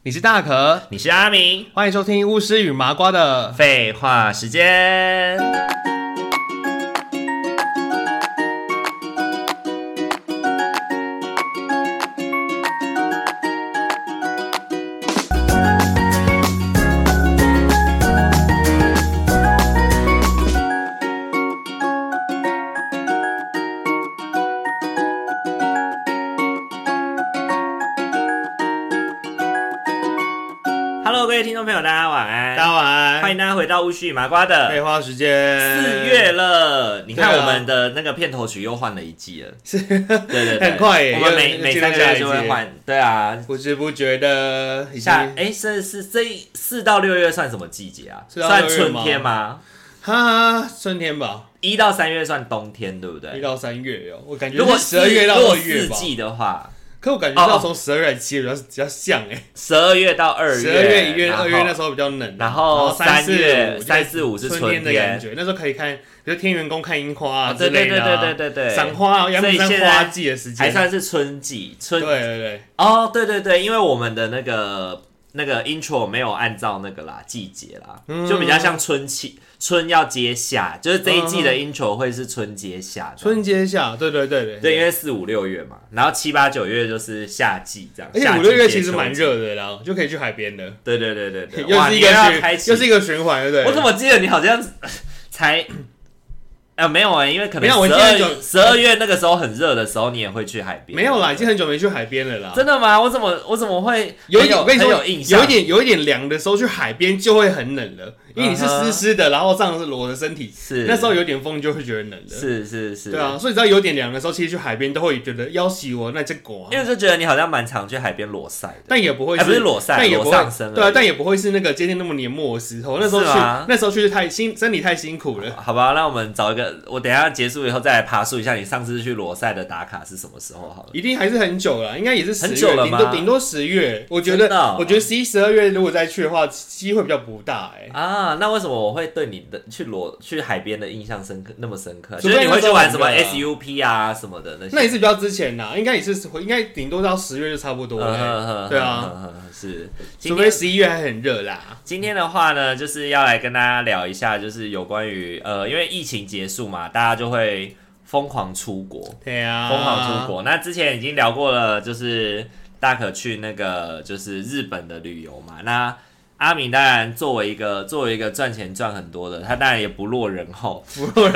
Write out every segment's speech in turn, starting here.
你是大可， 你是阿明， 欢迎收听巫师与麻瓜的废话时间。Hello， 各位听众朋友，大家晚安。 大家晚安， 欢迎大家回到巫师与麻瓜的废话时间。 4月了，你看我们的那个片头曲又换了一季了， 是， 对， 很快耶， 我们每3个月就会换，对啊， 不知不觉的是这4到6月算什么季节啊？算春天吗？ 哈，春天吧。 1到3月算冬天，对不对？ 1到3月哦，我感觉如果 12月到2月吧。 4季的话。 可我感觉到从12月来7月比较像 12月到2月，12 月、1月、2月那时候比较冷， 然后3月、3、4、5是春天的感觉。那时候可以看，比如天元宫看樱花啊之类的， 对， 赏花、阳明山花季的时间， 还算是春季。 对， 哦，对，因为我们的那个 intro 没有按照那个季节啦，就比较像春要接夏，就是这一季的 intro 会是春接夏， 春接夏，对， 因为4、5、6月嘛，然后7、8、9月就是夏季这样， 而且5、6月其实蛮热的啦，就可以去海边的， 对， 又是一个循环，对不对？ 我怎么记得你好像才。没有因为可能12月那个时候很热的时候，你也会去海边。 没有啦，已经很久没去海边了啦。 真的吗？我怎么会有一点？我跟你说， 有印象， 有一点凉的时候去海边就会很冷了，因为你是湿湿的，然后这样是裸的身体， 是那时候有点风就会觉得冷了。 是， 对啊，所以只要有点凉的时候，其实去海边都会觉得要死我那只狗， 因为就觉得你好像蛮常去海边裸晒的， 但也不会不是裸晒， 但也不会上身， 对啊，但也不会是那个今天那么年末的时候。那时候去身体太辛苦了。 好吧，那我们找一个，我等一下结束以后再来爬树一下，你上次去裸晒的打卡是什么时候好了？ 一定还是很久了，应该也是10月， 很久了吗？ 顶多10月。我觉得11、12月如果再去的话，机会比较不大那为什么我会对你的去海边的印象那么深刻？就是你会去玩什么 SUP 啊什么的那些？ 那也是比较之前啦，应该顶多到10月就差不多了。对啊， 是， 除非11月还很热啦。 今天的话呢，就是要来跟大家聊一下，就是有关于因为疫情结束嘛，大家就会疯狂出国。对啊，疯狂出国。那之前已经聊过了，就是大可去那个就是日本的旅游嘛。那阿明当然作为一个赚钱赚很多的，他当然也不落人后。我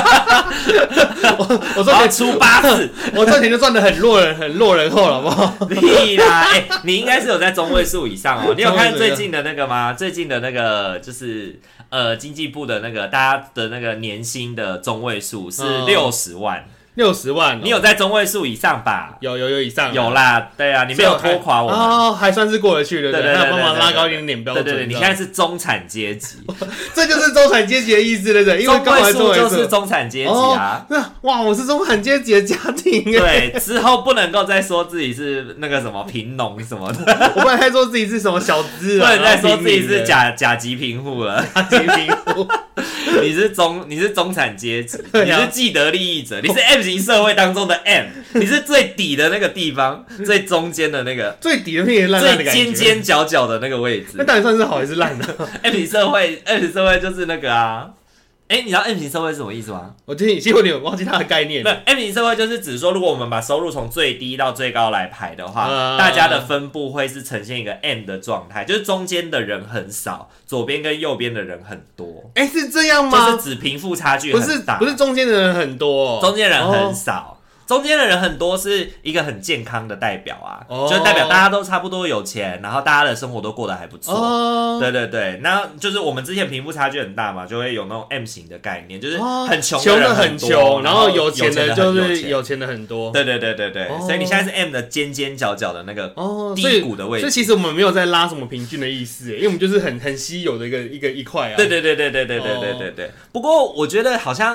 赚钱出8次， 我赚钱就赚得很落人后了，好不好？ 屁啦！你应该是有在中位数以上哦。你有看最近的那个吗？最近的那个就是经济部的那个大家的那个年薪的中位数是60万。 60万， 你有在中位数以上吧？ 有以上， 有啦，对啊，你没有拖垮我们， 还算是过得去的，对，帮忙拉高一点标准。 对，你现在是中产阶级， 这就是中产阶级的意思，对不对？因为中位数就是中产阶级啊。 哇，我是中产阶级的家庭， 对，之后不能够再说自己是那个什么贫农什么的， 我不能再说自己是什么小资， 不能再说自己是甲级贫户了， 甲级贫户。 你是中产阶级，你是既得利益者，你是 M 型社会当中的 M， 你是最底的那个地方，最中间的那个， 最底的那个烂烂的感觉， 最尖角角的那个位置。 那到底算是好还是烂呢 ？M 型社会就是那个啊。你知道 M 型社会是什么意思吗？ 我其实有点忘记它的概念。 M 型社会就是指说，如果我们把收入从最低到最高来排的话，大家的分布会是呈现一个 M 的状态，就是中间的人很少，左边跟右边的人很多。 是这样吗？ 就是指贫富差距很大， 不是中间的人很多， 中间人很少。中间的人很多是一个很健康的代表啊，就是代表大家都差不多有钱，然后大家的生活都过得还不错。对，那就是我们之前贫富差距很大嘛，就会有那种 M 型的概念，就是很穷的人很多， 然后有钱的就是有钱的很多。 对，所以你现在是 M 的尖角的那个低谷的位置。 所以其实我们没有在拉什么平均的意思，因为我们就是很稀有的一块啊。 对。不过我觉得好像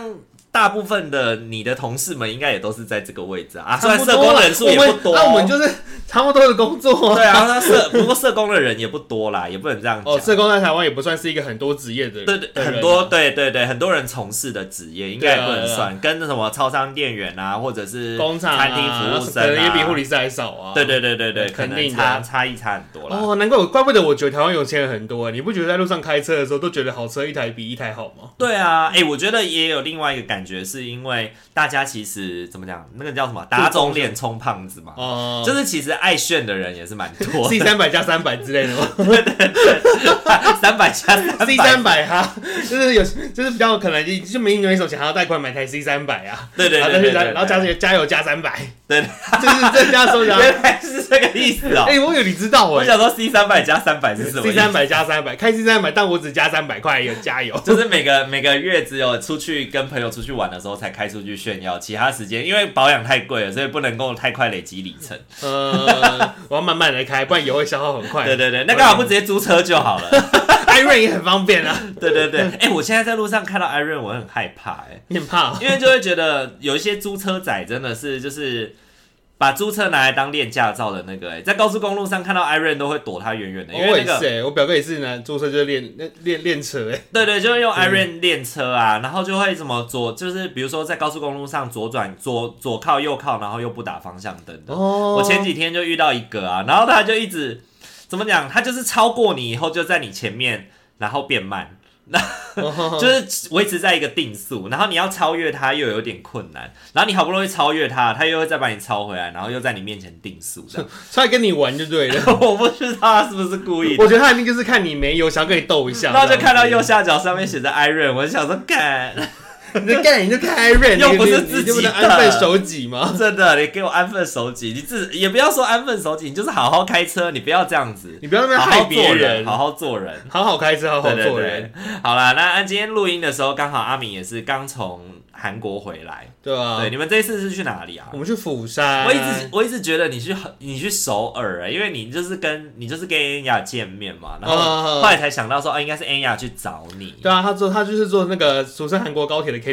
大部分的你的同事们应该也都是在这个位置啊，虽然社工人数也不多， 我们就是差不多的工作。 对啊，不过社工的人也不多啦，也不能这样讲。 社工在台湾也不算是一个很多职业的， 对，很多对，很多人从事的职业应该也不能算，跟那什么超商店员啊，或者是工厂餐厅服务生啊， 可能也比护理师还少啊。 对，可能差异差很多啦。 哦，怪不得我觉得台湾有钱人很多，你不觉得在路上开车的时候都觉得好车一台比一台好吗？ 对啊，我觉得也有另外一个感觉，是因为大家其实怎么讲，那个叫什么打肿脸充胖子嘛，就是其实爱炫的人也是蛮多的 ，C300加300之类的吗？ 对，300加 300，C300哈，就是比较可能就没有一手钱还要贷款买台 C300啊， 对， 然后加油加300， 对， 就是这样说， 原来是这个意思哦。 我以为你知道我想说 C300加300是什么意思 ？C300加300，开 C300，但我只加300块，有加油， 就是每个月只有出去跟朋友出去玩的时候才开出去炫耀，其他时间因为保养太贵了，所以不能够太快累积里程。 我要慢慢来开，不然油会消耗很快。 对，那刚好不直接租车就好了。 iRun 也很方便啊。 对，我现在在路上看到 iRun， 我很害怕你很怕？ 因为就会觉得有一些租车仔真的是就是把租车拿来当练驾照的那个，在高速公路上看到 iRun 都会躲他远远的，因为那个我表哥也是拿租车就是练车对，就会用 iRun 练车啊，然后就会什么就是比如说在高速公路上左转左靠右靠，然后又不打方向灯的。我前几天就遇到一个啊，然后他就一直怎么讲，他就是超过你以后就在你前面，然后变慢。就是维持在一个定速，然后你要超越它又有点困难，然后你好不容易超越它，它又会再把你超回来，然后又在你面前定速，这样出来跟你玩就对了。 我不知道他是不是故意的， 我觉得他一定就是看你没油，想跟你斗一下， 然后就看到右下角上面写着 iRun， 我就想说干。 你就看 iRun， 又不是自己的， 你就不能安分守己吗？ 真的，你给我安分守己，也不要说安分守己，你就是好好开车，你不要这样子， 你不要那边害别人， 好好做人， 好好开车，好好做人。 对，好啦，那今天录音的时候，刚好阿敏也是刚从韩国回来， 对啊， 对，你们这一次是去哪里啊？ 我们去釜山。 我一直觉得你去首尔因为你就是跟恩雅见面嘛，然后后来才想到说应该是恩雅去找你。 对啊，他就是坐那个釜山韩国高铁的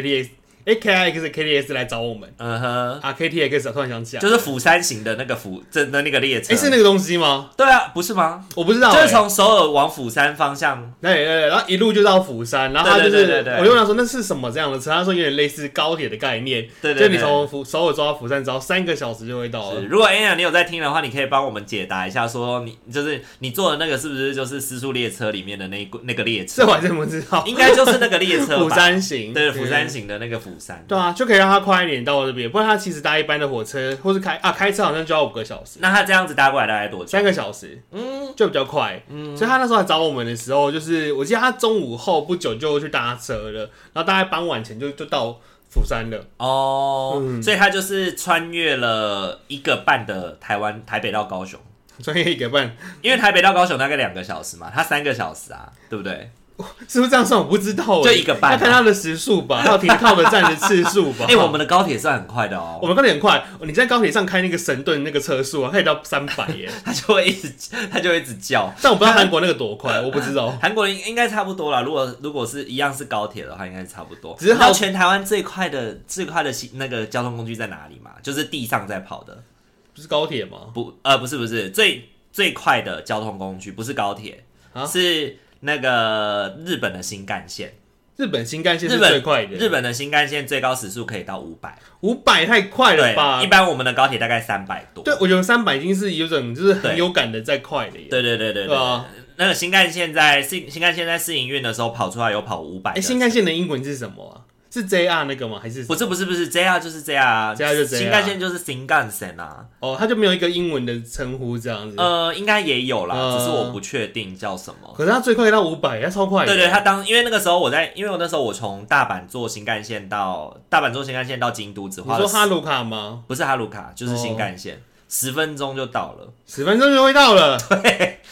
KTX 来找我们。KTX 突然想起来， 就是釜山行的那个列车。 是那个东西吗？ 对啊，不是吗？ 我不知道。 就是从首尔往釜山方向。 对，然后一路就到釜山，然后他就是，我就问他说那是什么这样的车？他说有点类似高铁的概念。对，就你从首爾坐到釜山，只要3个小时就会到了。 如果 Anna 你有在听的话，你可以帮我们解答一下，说你坐的那个是不是就是私塾列车里面的那个列车？ 这我还真不知道， 应该就是那个列车吧。 釜山行， 对，釜山行的那个釜山。 对啊，就可以让他快一点到这边，不然他其实搭一般的火车或是开车好像就要5个小时。 那他这样子搭过来大概多久 ？3个小时，就比较快。所以他那时候来找我们的时候，就是我记得他中午后不久就去搭车了，然后大概傍晚前就到釜山了。 所以他就是穿越了1个半的台北到高雄， 穿越1个半， 因为台北到高雄大概2个小时嘛，他3个小时啊，对不对？ 是不是这样算？我不知道， 就1个半， 要看他的时速吧，还有停靠的站的次数吧。 我们的高铁算很快的哦， 我们高铁很快，你在高铁上开那个神盾那个车速啊，可以到300耶， 他就会一直叫。 但我不知道韩国那个多快，我不知道。 韩国应该差不多啦，如果是一样是高铁的话，应该是差不多。 只是知道全台湾最快的那个交通工具在哪里吗？就是地上在跑的， 不是高铁吗？ 不是，最快的交通工具不是高铁，是那个日本的新干线。 日本新干线是最快的。 日本的新干线最高时速可以到 500太快了吧？ 一般我们的高铁大概300多。 对，我觉得300已经是有种就是很有感的在快的耶。 对。那个新干线在试营运的时候跑出来有跑500。 新干线的英文是什么啊？是 JR 那个吗？还是不是 JR 就是 JR 就是 JR， 新干线就是新干线啊。 它就没有一个英文的称呼这样子。 应该也有啦，只是我不确定叫什么。 可是它最快到500，它超快的。 对，因为那个时候因为我那时候我从大阪坐新干线到京都只花了。 你说哈鲁卡吗？ 不是哈鲁卡，就是新干线，10分钟就到了。 10分钟就会到了。 对。真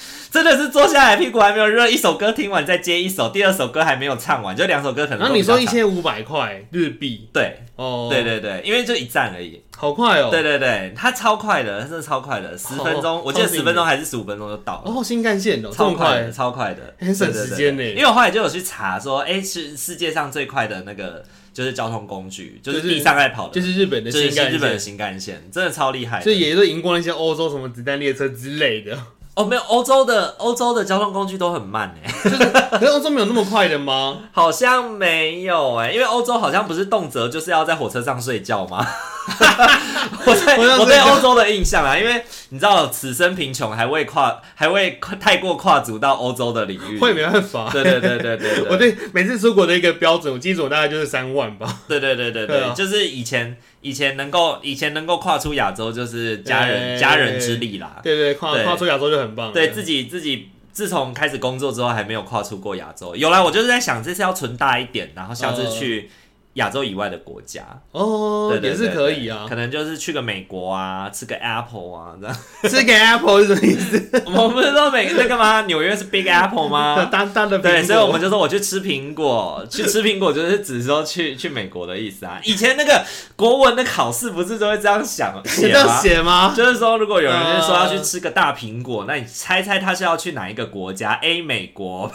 的是坐下来屁股还没有热，一首歌听完再接一首，第二首歌还没有唱完，就2首歌可能。 然后你说1500块日币， 对，对，因为就一站而已， 好快哦。 对，它超快的，它真的超快的，10分钟，我记得10分钟还是15分钟就到了。 哦，新干线哦， 超快的，超快的， 很省时间呢。 因为我后来就有去查说，是世界上最快的那个就是交通工具，就是地上在跑的， 就是日本的新干线， 日本的新干线，真的超厉害的， 所以也都赢过那些欧洲什么子弹列车之类的。 哦，没有，欧洲的交通工具都很慢可是欧洲没有那么快的吗？ 好像没有因为欧洲好像不是动辄就是要在火车上睡觉吗？我对欧洲的印象因为你知道此生贫穷还未太过跨足到欧洲的领域， 会没办法。 对， 我对每次出国的一个标准，我基准大概就是3万吧。 对，就是以前能够跨出亚洲，就是家人之力啦。 对，跨出亚洲就很棒了。 对自己自从开始工作之后，还没有跨出过亚洲。有啦，我就是在想这次要存大一点，然后下次去亚洲以外的国家也是可以啊， 可能就是去个美国啊，吃个 Apple 啊，这样。 吃个 Apple 是什么意思？ 我们不是说那个吗？纽约是 Big Apple 吗？ 大的苹果。 对，所以我们就说我去吃苹果，去吃苹果就是只说去美国的意思啊。以前那个国文的考试不是都会这样写吗？就是说，如果有人说要去吃个大苹果，那你猜猜他是要去哪一个国家 ？A 美国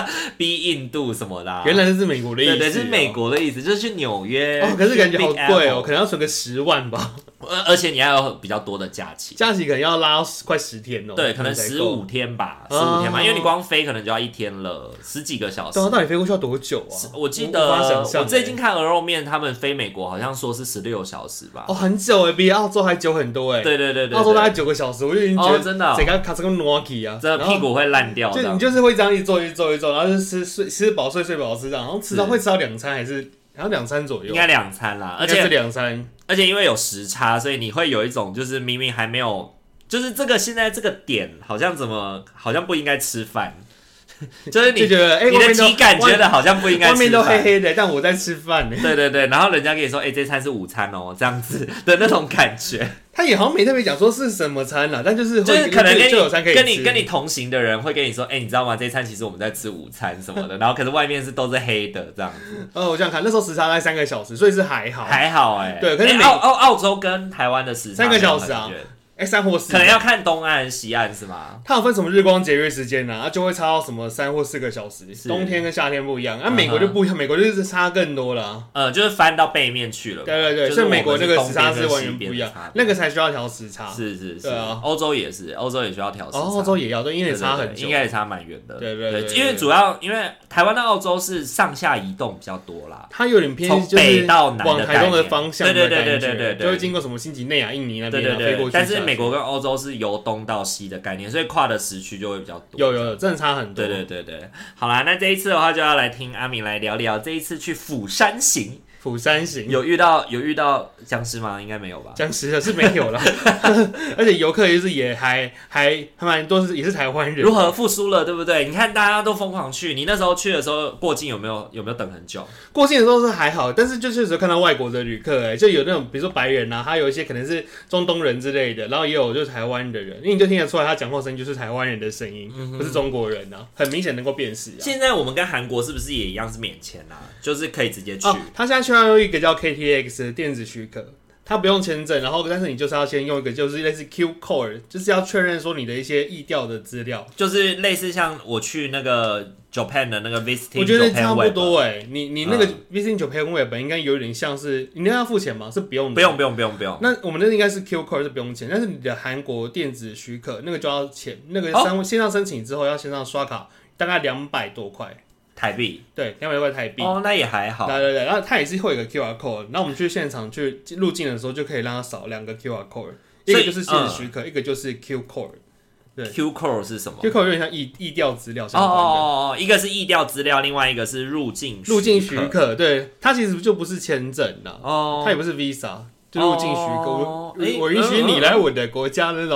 ，B 印度什么的。 原来是美国的意思。 对，是美国的意思，就是去纽约。 可是感觉好贵哦，可能要存个10万吧。 而且你还有比较多的假期， 可能要拉快10天哦。 对，可能15天吧，15天嘛，因为你光飞可能就要1天了，10几个小时。 到底飞过去要多久啊？ 我记得我最近看鹅肉面，他们飞美国好像说是16小时吧。 很久比澳洲还久很多对， 澳洲大概9个小时，我就已经觉得真的整个卡车跟挪起啊， 真的屁股会烂掉。 你就是会这样一直做，然后就吃饱睡饱吃这样，然后会吃到2餐还是？然后2餐左右， 应该2餐啦， 而且是2餐， 而且因为有时差，所以你会有一种就是明明还没有，就是现在这个点好像不应该吃饭，就是你觉得你的体感觉得好像不应该吃饭， 外面都黑黑的，但我在吃饭呢。 对，然后人家跟你说，这餐是午餐哦，这样子的那种感觉。 他也好像没特别讲说是什么餐啦，但就是可能就有餐可以吃。 跟你同行的人会跟你说，你知道吗？这一餐其实我们在吃午餐什么的，然后可是外面都是黑的这样子。 我想看那时候时差在3个小时，所以是还好对，可是澳洲跟台湾的时差 3个小时啊。3或4， 可能要看东岸西岸是吗？ 它有分什么日光节约时间啊，就会差到什么3或4个小时。冬天跟夏天不一样，美国就不一样，美国就是差更多了。 就是翻到背面去了。 对，所以美国那个时差是完全不一样，那个才需要调时差。 是， 对啊， 欧洲也是，欧洲也需要调时差。 欧洲也要，对，因为也差很久， 应该也差蛮远的。 对， 因为台湾到澳洲是上下移动比较多啦， 它有点偏从北到南往台东的方向的感觉， 对， 就会经过什么新几内亚、印尼那边飞过去。 但是美国跟欧洲是由东到西的概念，所以跨的时区就会比较多。 有，真的差很多。 对，好啦，那这一次的话就要来听阿明来聊聊这一次去釜山行。 釜山行有遇到僵尸吗？应该没有吧？ 僵尸是没有啦，而且游客就是也还蛮多，也是台湾人。 如何复苏了，对不对？你看大家都疯狂去，你那时候去的时候过境有没有等很久？ 过境的时候是还好，但是就确实看到外国的旅客，就有那种比如说白人啊，还有一些可能是中东人之类的，然后也有就是台湾的人，因为你就听得出来他讲话声音就是台湾人的声音，不是中国人啊，很明显能够辨识。 现在我们跟韩国是不是也一样是免签啊？就是可以直接去。 他现在需要用一个叫 KTX 的电子许可，他不用签证，然后但是你就是要先用一个就是类似 Q Code， 就是要确认说你的一些疫调的资料， 就是类似像我去那个 Japan 的那个 Visiting Japan Web， 我觉得差不多你那个 Visiting Japan Web 应该有点像是你那要付钱吗？是不用的， 不用。 那我们那应该是 Q Code 是不用钱，但是你的韩国电子许可那个就要钱，那个线上申请之后要线上刷卡，大概200多块。 台币对，200块台币那也还好。 对，然后它也是会有一个 QR code， 然后我们去现场去入境的时候就可以让它扫2个 QR code， 一个就是电子许可，一个就是 Q code。对 ，Q code 是什么 ？Q code 有点像疫调资料相关的。 一个是疫调资料，另外一个是入境许可。对，它其实就不是签证啦，它也不是 Visa， 就入境许可。我允许你来我的国家的那种。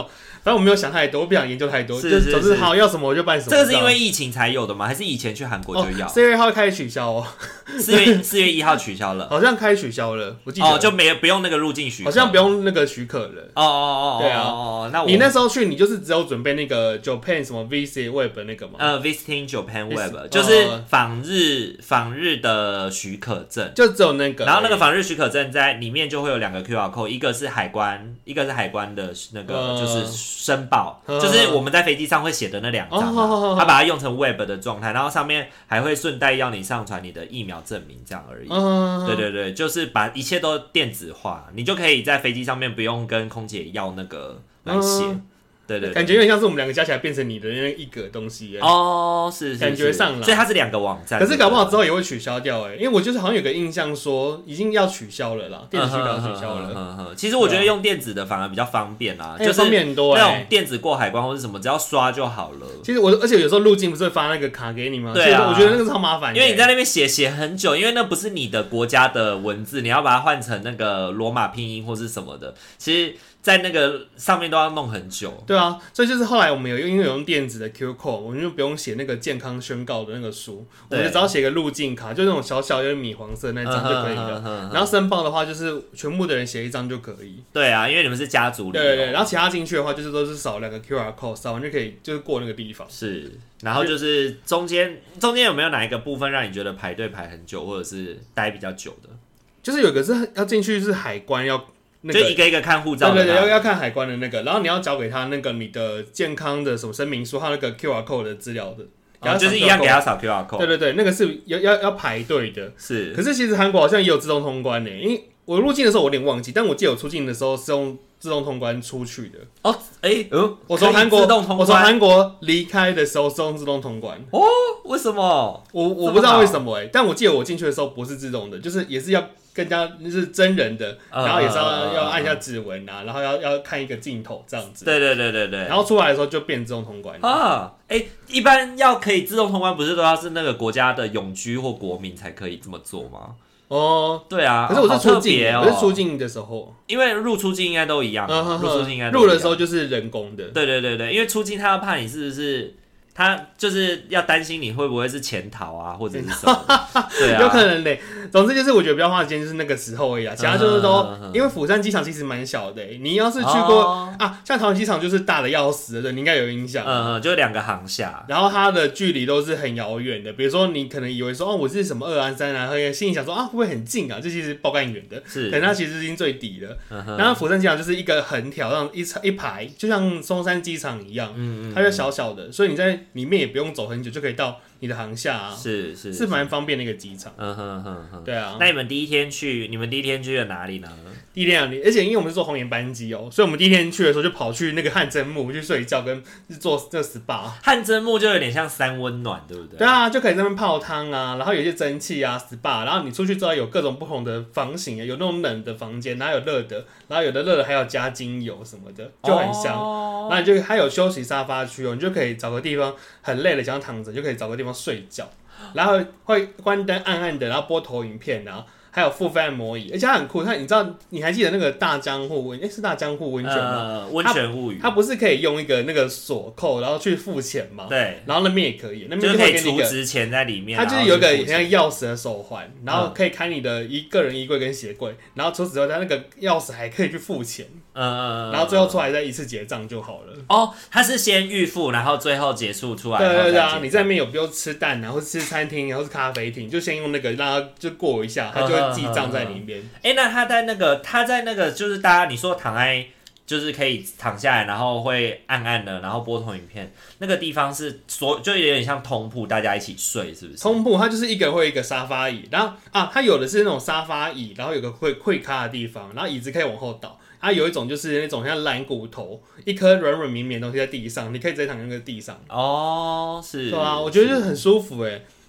反正我没有想太多，我不想研究太多，就总之好要什么我就办什么。 这个是因为疫情才有的吗？还是以前去韩国就要 ？4月1号开始取消哦。 4月1号取消了， 好像开始取消了，我记得。 就不用那个入境许可， 好像不用那个许可了。 对啊。那你那时候去，你就是只有准备那个 Japan 什么 Visit Web 那个吗 ？Visiting Japan Web 就是访日的许可证， 就只有那个。 然后那个访日许可证在里面就会有2个 QR code， 一个是海关的那个就是申报，就是我们在飞机上会写的那2张，他把它用成 Web 的状态，然后上面还会顺带要你上传你的疫苗证明，这样而已。对，就是把一切都电子化，你就可以在飞机上面不用跟空姐要那个来写。对， 感觉有点像是我们2个加起来变成你的那一个东西是感觉上了， 所以它是2个网站。 可是搞不好之后也会取消掉因为我就是好像有个印象说已经要取消了啦，电子许可要取消了。 其实我觉得用电子的反而比较方便啦，就是方便很多那种电子过海关或是什么，只要刷就好了。 其实而且有时候入境不是会发那个卡给你吗？ 对啊， 我觉得那个超麻烦， 因为你在那边写很久，因为那不是你的国家的文字，你要把它换成那个罗马拼音或是什么的，其实在那个上面都要弄很久。 对啊，所以就是后来我们因为有用电子的 Q code， 我们就不用写那个健康宣告的那个书，我们就只要写个入境卡，就那种小小有点米黄色那张就可以了。然后申报的话，就是全部的人写一张就可以。 对啊，因为你们是家族里。 对，然后其他进去的话，就是都是扫2个 QR code， 扫完就可以就是过那个地方。 是，然后就是中间有没有哪一个部分让你觉得排队排很久，或者是待比较久的？ 就是有个是要进去是海关要。 就一个一个看护照的， 对，要看海关的那个，然后你要交给他那个你的健康的什么声明书，还有那个 QR code 的资料的， 就是一样给他扫 QR code。 对，那个是要排队的。 是， 可是其实韩国好像也有自动通关因为我入境的时候我有点忘记，但我记得我出境的时候是用自动通关出去的。我从韩国离开的时候是用自动通关。 为什么？ 我不知道为什么但我记得我进去的时候不是自动的，就是也是要。更加就是真人的，然后也是要按一下指纹然后要看一个镜头这样子。 对，然后出来的时候就变自动通关一般要可以自动通关，不是都要是那个国家的永居或国民才可以这么做吗？对啊。 可是我是出境，我是出境的时候， 因为入出境应该都一样，入出境应该入的时候就是人工的。 对，因为出境他要怕你是不是。他就是要担心你会不会是潜逃啊，或者是什么？对啊， 有可能嘞。总之就是我觉得比较花时间就是那个时候而已其他就是都因为釜山机场其实蛮小的你要是去过像桃园机场就是大的要死的，你应该有印象。 就是2个航厦， 然后它的距离都是很遥远的。比如说你可能以为说我是什么2安3安，心里想说会不会很近啊？这其实爆干远的，可能它其实已经最底了。然后釜山机场就是一个横条让一排，就像松山机场一样，它就小小的，所以你在里面也不用走很久就可以到你的航厦是蛮方便的一个机场。对啊。 那你们第一天去了哪里呢？ 第一天而且因为我们是坐红眼班机所以我们第一天去的时候就跑去那个汗蒸木去睡觉，跟做这个 SPA。 汗蒸木就有点像三温暖，对不对？ 对啊，就可以在那边泡汤然后有一些蒸汽SPA， 然后你出去之后有各种不同的房型有那种冷的房间，然后有热的，然后有的热的还有加精油什么的，就很香。然后你就还有休息沙发区你就可以找个地方很累了想要躺着就可以找个地方睡觉，然后会关灯暗暗的，然后播投影片还有付费按摩椅，而且它很酷。你知道你还记得那个大江户是大江户温泉吗？ 温泉物语， 它不是可以用一个那个锁扣，然后去付钱吗？ 对， 然后那边也可以，那边就可以储值钱在里面。 它就是有一个很像钥匙的手环，然后可以开你的个人衣柜跟鞋柜，然后除此之外，它那个钥匙还可以去付钱。然后最后出来再一次结账就好了。 它是先预付，然后最后结束出来。 对啊，你在那边有不用吃蛋或是吃餐厅，或是咖啡厅，就先用那个让它就过一下，它就会记账在里面。 那他在那个就是大家你说躺在就是可以躺下来，然后会暗暗的，然后播投影片，那个地方是就有点像通铺，大家一起睡，是不是？ 通铺它就是一个人会有一个沙发椅，然后它有的是那种沙发椅，然后有个会咖的地方，然后椅子可以往后倒。有一种就是那种像蓝骨头，一颗软软绵绵的东西在地上，你可以直接躺在那个地上。 是。 对啊，我觉得就是很舒服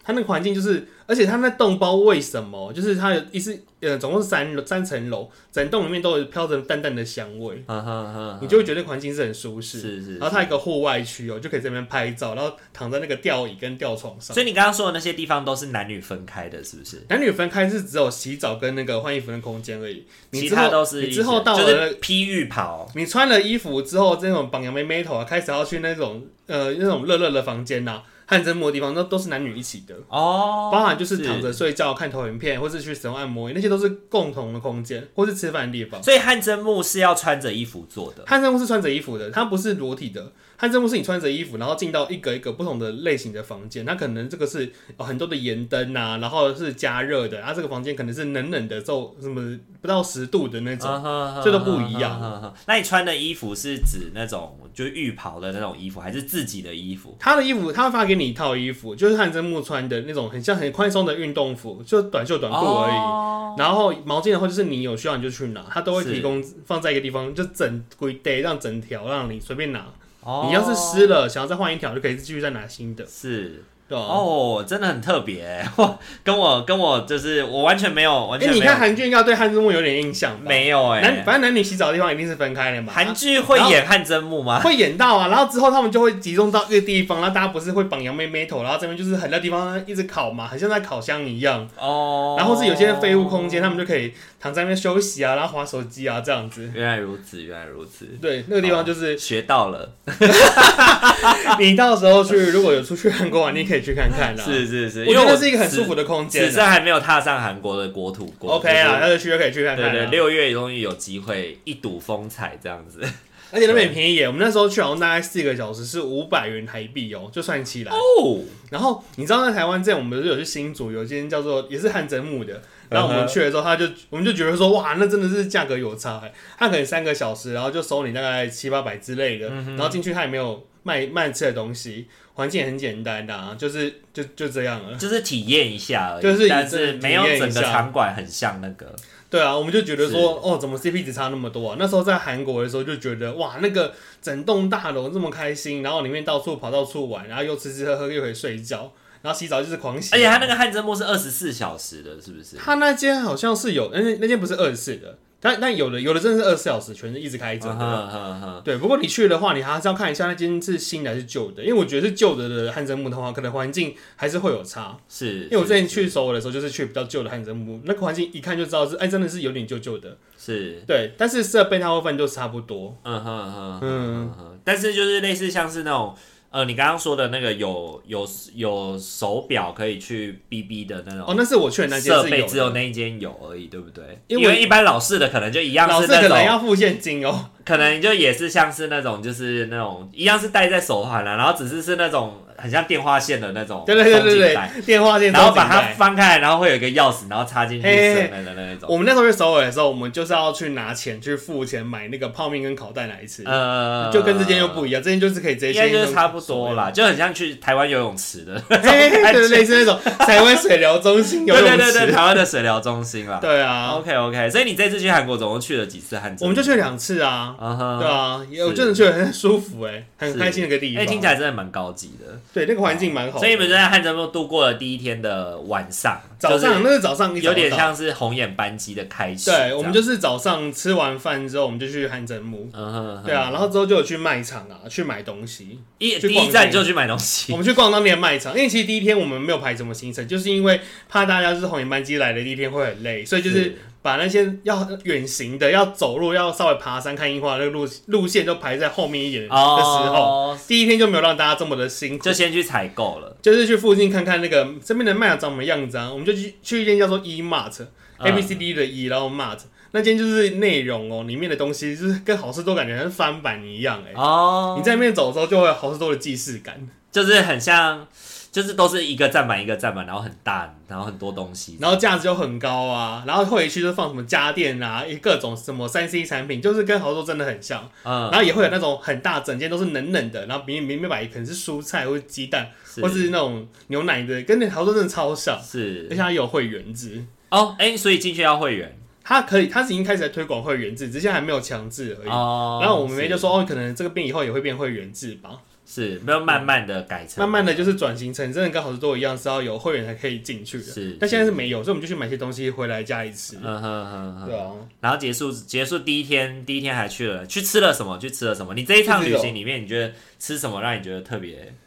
它那个环境就是，而且它那栋包为什么，就是它有总共是三层楼，整栋里面都有飘着淡淡的香味，你就会觉得环境是很舒适。 是。 然后它有一个户外区就可以在那边拍照，然后躺在那个吊椅跟吊床上。 所以你刚刚说的那些地方都是男女分开的，是不是？ 男女分开是只有洗澡跟那个换衣服的空间而已， 其他都是你之后到了就是披浴袍， 你穿了衣服之后，这种绑羊妹妹头开始要去那种热热的房间汗蒸幕的地方都是男女一起的包含就是躺着睡觉、看投影片，或是去使用按摩椅，那些都是共同的空间，或是吃饭的地方。 所以汗蒸幕是要穿着衣服做的， 汗蒸幕是穿着衣服的，它不是裸体的。汗蒸幕是你穿着衣服，然后进到一个一个不同的类型的房间，它可能这个是很多的盐灯然后是加热的，这个房间可能是冷冷的，什么不到10度的那种，这都不一样。 那你穿的衣服是指那种就是浴袍的那种衣服，还是自己的衣服？ 他的衣服，他会发给你一套衣服，就是汗蒸幕穿的那种很宽松的运动服，就短袖短裤而已。然后毛巾的话，就是你有需要你就去拿，他都会提供放在一个地方，就整规堆让整条让你随便拿。你要是湿了，想要再换一条，就可以继续再拿新的。 是。真的很特别，跟我就是我完全没有。 你看韩剧应该对汗蒸幕有点印象吧？ 没有反正男女洗澡的地方一定是分开的嘛。 韩剧会演汗蒸幕吗？ 会演到然后之后他们就会集中到一个地方，然后大家不是会绑羊妹妹头，然后这边就是很多地方一直烤嘛，很像在烤箱一样。然后是有些废物空间，他们就可以躺在那边休息然后滑手机这样子。 原来如此。 对，那个地方就是学到了。 你到时候如果有出去韩国玩，你可以去看看是， 我觉得是一个很舒服的空间。 只是还没有踏上韩国的国土过。 OK 那就可以去看看。 对，6月终于有机会一睹风采这样子。 而且那边很便宜耶，我们那时候去好像大概4个小时是500元台币就算起来。然后你知道在台湾这样，我们有去新竹有一间叫做也是汗蒸幕的。然后我们去的时候，我们就觉得说，哇，那真的是价格有差他可能3个小时，然后就收你大概700-800之类的，然后进去他也没有卖吃的东西，环境也很简单就这样了， 就是体验一下而已，但是没有整个场馆很像那个。 对我们就觉得说，怎么 CP 值差那么多那时候在韩国的时候就觉得，哇，那个整栋大楼这么开心，然后里面到处跑到处玩，然后又吃喝喝，又可以睡觉。然后洗澡就是狂洗， 而且他那个汗蒸幕是24小时的，是不是？ 他那间好像是有，那间不是24的，但有的真的是24小时，全是一直开着的。对，不过你去的话，你还是要看一下那间是新的还是旧的，因为我觉得是旧的汗蒸幕的话，可能环境还是会有差。 是， 因为我之前去首尔的时候，就是去比较旧的汗蒸幕，那个环境一看就知道是，真的是有点旧旧的。 是， 对，但是设备大部分都差不多。 但是就是类似像是那种。你刚刚说的那个有手表可以去 BB 的那种那是我去的那间设备，只有那一间有而已，对不对？因为一般老式的可能就一样是那种， 老式可能要付现金可能就也是像是那种就是那种一样是戴在手环然后只是那种很像电话线的那种， 对，电话线， 然后把它翻开来，然后会有一个钥匙，然后插进去的那种。 我们那时候去首尔的时候，我们就是要去拿钱去付钱买那个泡面跟烤蛋来吃，就跟这间又不一样，这间就是可以直接，应该就是差不多啦，就很像去台湾游泳池的， 对，类似那种台湾水疗中心游泳池， 对，台湾的水疗中心啦。 对 OK， 所以你这次去韩国总共去了几次汗蒸幕？ 我们就去2次对我真的觉得很舒服很开心的一个地方。 听起来真的蛮高级的。 对，那个环境蛮好的。 所以你们就在汗蒸幕度过了第一天的晚上， 早上那是早上， 有点像是红眼班机的开始。 对，我们就是早上吃完饭之后，我们就去汗蒸幕。对然后之后就有去卖场去买东西。第一站就去买东西。 我们去逛当地的卖场，因为其实第一天我们没有排什么行程，就是因为怕大家就是红眼班机来的第一天会很累，所以就是把那些要远行的、要走路、要稍微爬山看樱花的那个路线都排在后面一点的时候，第一天就没有让大家这么的辛苦， 就先去采购了， 就是去附近看看那个这边的卖场长什么样子我们就去一间叫做 E-Mart，ABCD 的 E， 然后 Mart。那间就是内容里面的东西就是跟好事多感觉像翻版一样你在那边走的时候就会有好事多的既视感， 就是很像。就是都是一个站板一个站板，然后很大，然后很多东西， 然后价值就很高然后会区就放什么家电各种什么3C 产品，就是跟好多真的很像。然后也会有那种很大整间都是冷冷的，然后里面摆可能是蔬菜或者鸡蛋，或是那种牛奶的，跟那好多真的超像。而且它有会员制所以进去要会员。 它已经开始在推广会员制，只是还没有强制而已。然后我们妹就说可能这个店以后也会变会员制吧。 是没有慢慢的改成， 慢慢的就是转型成真的刚好是都一样，是要有会员才可以进去的。 是， 但现在是没有，所以我们就去买些东西回来家里吃。对啊。 然后结束第一天还去吃了什么？你这一趟旅行里面，你觉得吃什么让你觉得特别